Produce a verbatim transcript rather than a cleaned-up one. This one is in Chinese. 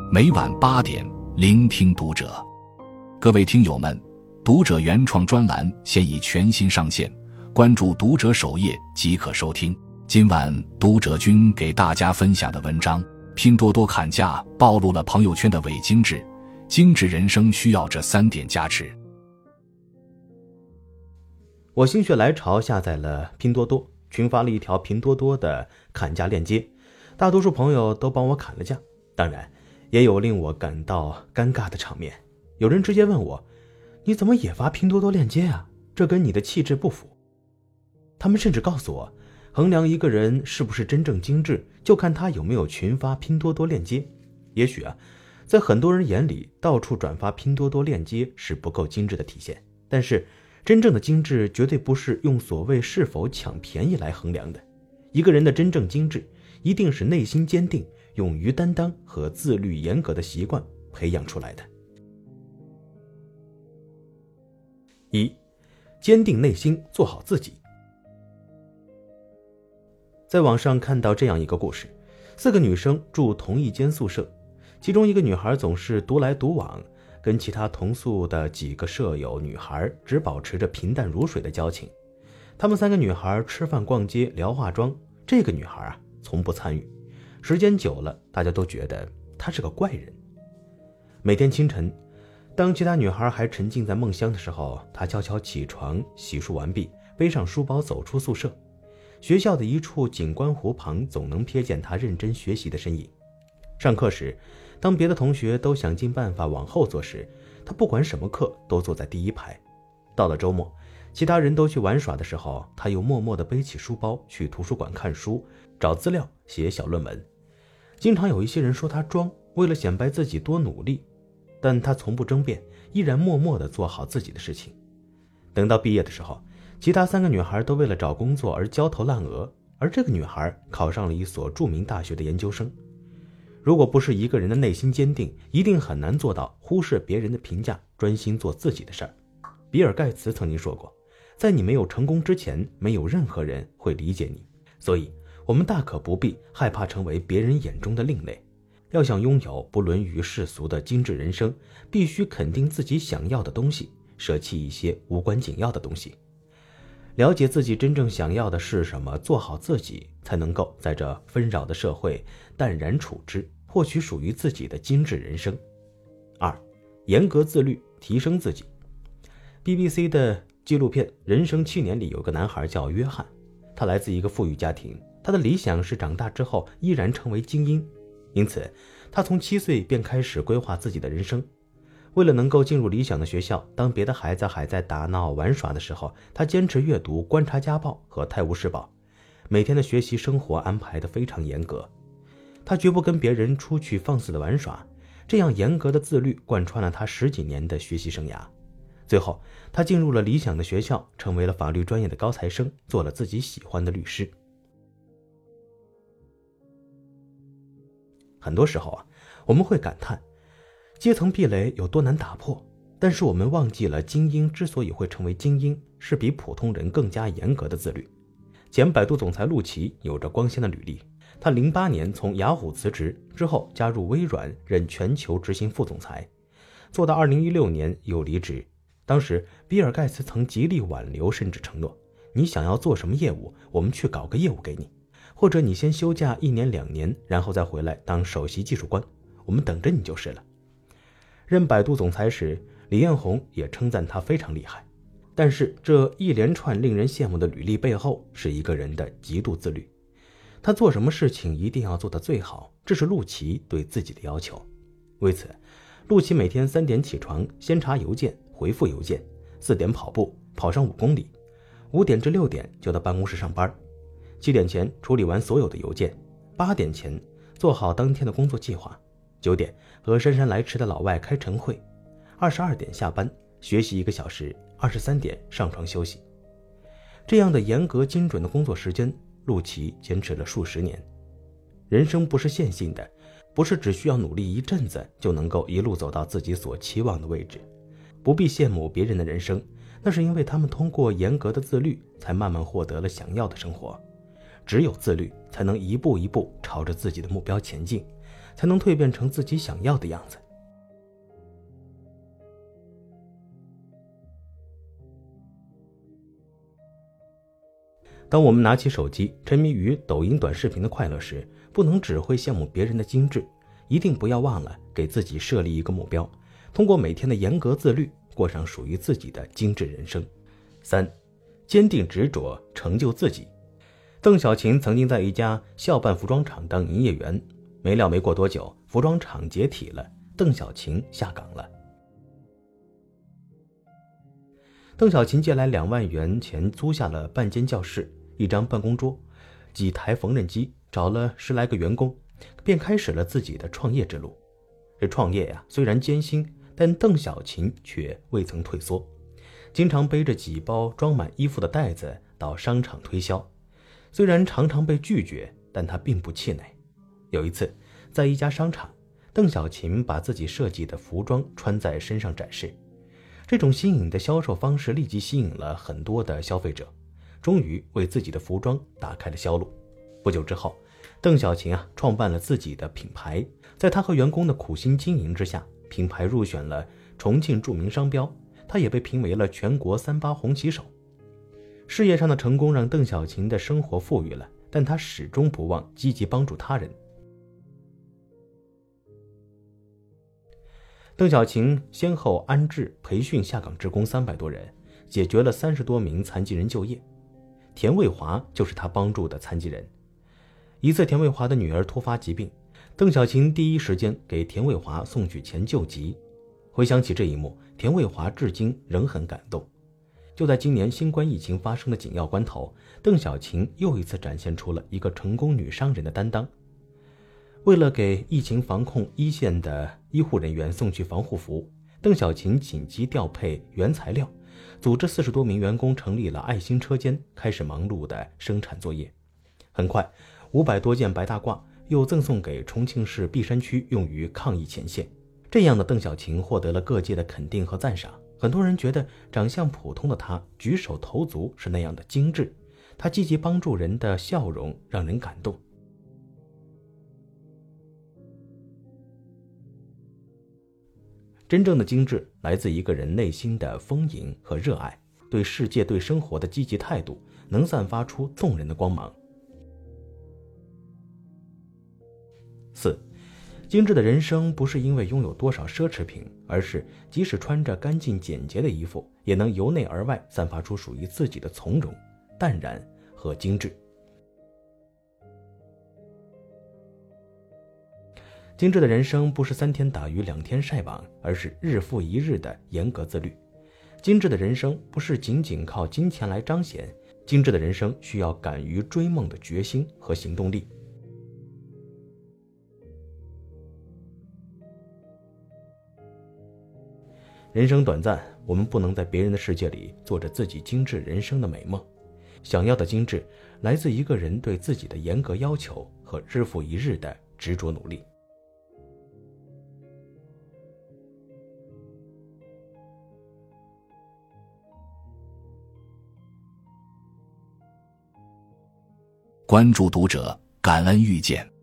每晚八点，聆听读者。各位听友们，读者原创专栏现已全新上线，关注读者首页即可收听。今晚读者君给大家分享的文章，拼多多砍价暴露了朋友圈的伪精致，精致人生需要这三点加持。 我心血来潮下载了拼多多，群发了一条拼多多的砍价链接，大多数朋友都帮我砍了价，当然也有令我感到尴尬的场面。有人直接问我，你怎么也发拼多多链接啊？这跟你的气质不符。他们甚至告诉我，衡量一个人是不是真正精致，就看他有没有群发拼多多链接。也许啊，在很多人眼里，到处转发拼多多链接是不够精致的体现，但是真正的精致绝对不是用所谓是否抢便宜来衡量的。一个人的真正精致，一定是内心坚定、勇于担当和自律严格的习惯培养出来的。一，坚定内心，做好自己。在网上看到这样一个故事，四个女生住同一间宿舍，其中一个女孩总是独来独往，跟其他同宿的几个舍友女孩只保持着平淡如水的交情。她们三个女孩吃饭、逛街、聊化妆，这个女孩啊从不参与。时间久了，大家都觉得她是个怪人。每天清晨，当其他女孩还沉浸在梦乡的时候，她悄悄起床，洗漱完毕，背上书包走出宿舍。学校的一处景观湖旁总能瞥见她认真学习的身影。上课时，当别的同学都想尽办法往后坐时，他不管什么课都坐在第一排。到了周末，其他人都去玩耍的时候，他又默默地背起书包去图书馆看书、找资料、写小论文。经常有一些人说他装，为了显摆自己多努力，但他从不争辩，依然默默地做好自己的事情。等到毕业的时候，其他三个女孩都为了找工作而焦头烂额，而这个女孩考上了一所著名大学的研究生。如果不是一个人的内心坚定，一定很难做到忽视别人的评价，专心做自己的事儿。比尔盖茨曾经说过，在你没有成功之前，没有任何人会理解你。所以我们大可不必害怕成为别人眼中的另类。要想拥有不沦于世俗的精致人生，必须肯定自己想要的东西，舍弃一些无关紧要的东西。了解自己真正想要的是什么，做好自己，才能够在这纷扰的社会淡然处之，获取属于自己的精致人生。二，严格自律，提升自己。 B B C 的纪录片《人生七年》里有个男孩叫约翰，他来自一个富裕家庭，他的理想是长大之后依然成为精英，因此他从七岁便开始规划自己的人生。为了能够进入理想的学校，当别的孩子还在打闹玩耍的时候，他坚持阅读《观察家报》和《泰晤士报》，每天的学习生活安排得非常严格。他绝不跟别人出去放肆的玩耍，这样严格的自律贯穿了他十几年的学习生涯。最后，他进入了理想的学校，成为了法律专业的高材生，做了自己喜欢的律师。很多时候啊，我们会感叹阶层壁垒有多难打破，但是我们忘记了精英之所以会成为精英，是比普通人更加严格的自律。前百度总裁陆琪有着光鲜的履历，他零八年从雅虎辞职之后加入微软，任全球执行副总裁，做到二零一六年又离职。当时比尔盖茨曾极力挽留，甚至承诺，你想要做什么业务，我们去搞个业务给你，或者你先休假一年两年，然后再回来当首席技术官，我们等着你就是了。任百度总裁时，李彦宏也称赞他非常厉害。但是这一连串令人羡慕的履历背后，是一个人的极度自律。他做什么事情一定要做得最好，这是陆琪对自己的要求。为此，陆琪每天三点起床，先查邮件，回复邮件，四点跑步，跑上五公里，五点至六点就到办公室上班，七点前处理完所有的邮件，八点前做好当天的工作计划，九点和姗姗来迟的老外开晨会，二十二点下班学习一个小时，二十三点上床休息。这样的严格精准的工作时间，陆琪坚持了数十年。人生不是线性的，不是只需要努力一阵子就能够一路走到自己所期望的位置。不必羡慕别人的人生，那是因为他们通过严格的自律，才慢慢获得了想要的生活。只有自律，才能一步一步朝着自己的目标前进， 才能蜕变成自己想要的样子。当我们拿起手机，沉迷于抖音短视频的快乐时，不能只会羡慕别人的精致，一定不要忘了给自己设立一个目标，通过每天的严格自律，过上属于自己的精致人生。三，坚定执着，成就自己。邓小琴曾经在一家校办服装厂当营业员，没料没过多久，服装厂解体了，邓小琴下岗了。邓小琴借来两万元钱租下了半间教室，一张办公桌，几台缝纫机，找了十来个员工，便开始了自己的创业之路。这创业呀，虽然艰辛，但邓小琴却未曾退缩，经常背着几包装满衣服的袋子到商场推销。虽然常常被拒绝，但她并不气馁。有一次，在一家商场，邓小琴把自己设计的服装穿在身上展示。这种新颖的销售方式立即吸引了很多的消费者，终于为自己的服装打开了销路。不久之后，邓小琴啊创办了自己的品牌，在她和员工的苦心经营之下，品牌入选了重庆著名商标，她也被评为了全国三八红旗手。事业上的成功让邓小琴的生活富裕了，但她始终不忘积极帮助他人。邓小琴先后安置、培训下岗职工三百多人，解决了三十多名残疾人就业。田卫华就是他帮助的残疾人。一次，田卫华的女儿突发疾病，邓小琴第一时间给田卫华送去钱救急。回想起这一幕，田卫华至今仍很感动。就在今年新冠疫情发生的紧要关头，邓小琴又一次展现出了一个成功女商人的担当。为了给疫情防控一线的医护人员送去防护服，邓小琴紧急调配原材料，组织四十多名员工成立了爱心车间，开始忙碌的生产作业。很快，五百多件白大褂又赠送给重庆市璧山区，用于抗疫前线。这样的邓小琴获得了各界的肯定和赞赏。很多人觉得长相普通的她举手投足是那样的精致，她积极帮助人的笑容让人感动。真正的精致来自一个人内心的丰盈和热爱，对世界对生活的积极态度，能散发出动人的光芒。四，精致的人生不是因为拥有多少奢侈品，而是即使穿着干净简洁的衣服，也能由内而外散发出属于自己的从容、淡然和精致。精致的人生不是三天打鱼两天晒网，而是日复一日的严格自律。精致的人生不是仅仅靠金钱来彰显，精致的人生需要敢于追梦的决心和行动力。人生短暂，我们不能在别人的世界里做着自己精致人生的美梦。想要的精致，来自一个人对自己的严格要求和日复一日的执着努力。 关注读者，感恩遇见。